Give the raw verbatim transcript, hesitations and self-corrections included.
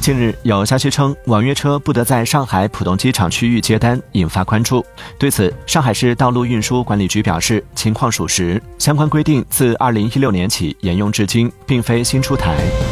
近日有消息称，网约车不得在上海浦东机场区域接单，引发关注。对此，上海市道路运输管理局表示，情况属实，相关规定自二零一六年起沿用至今，并非新出台。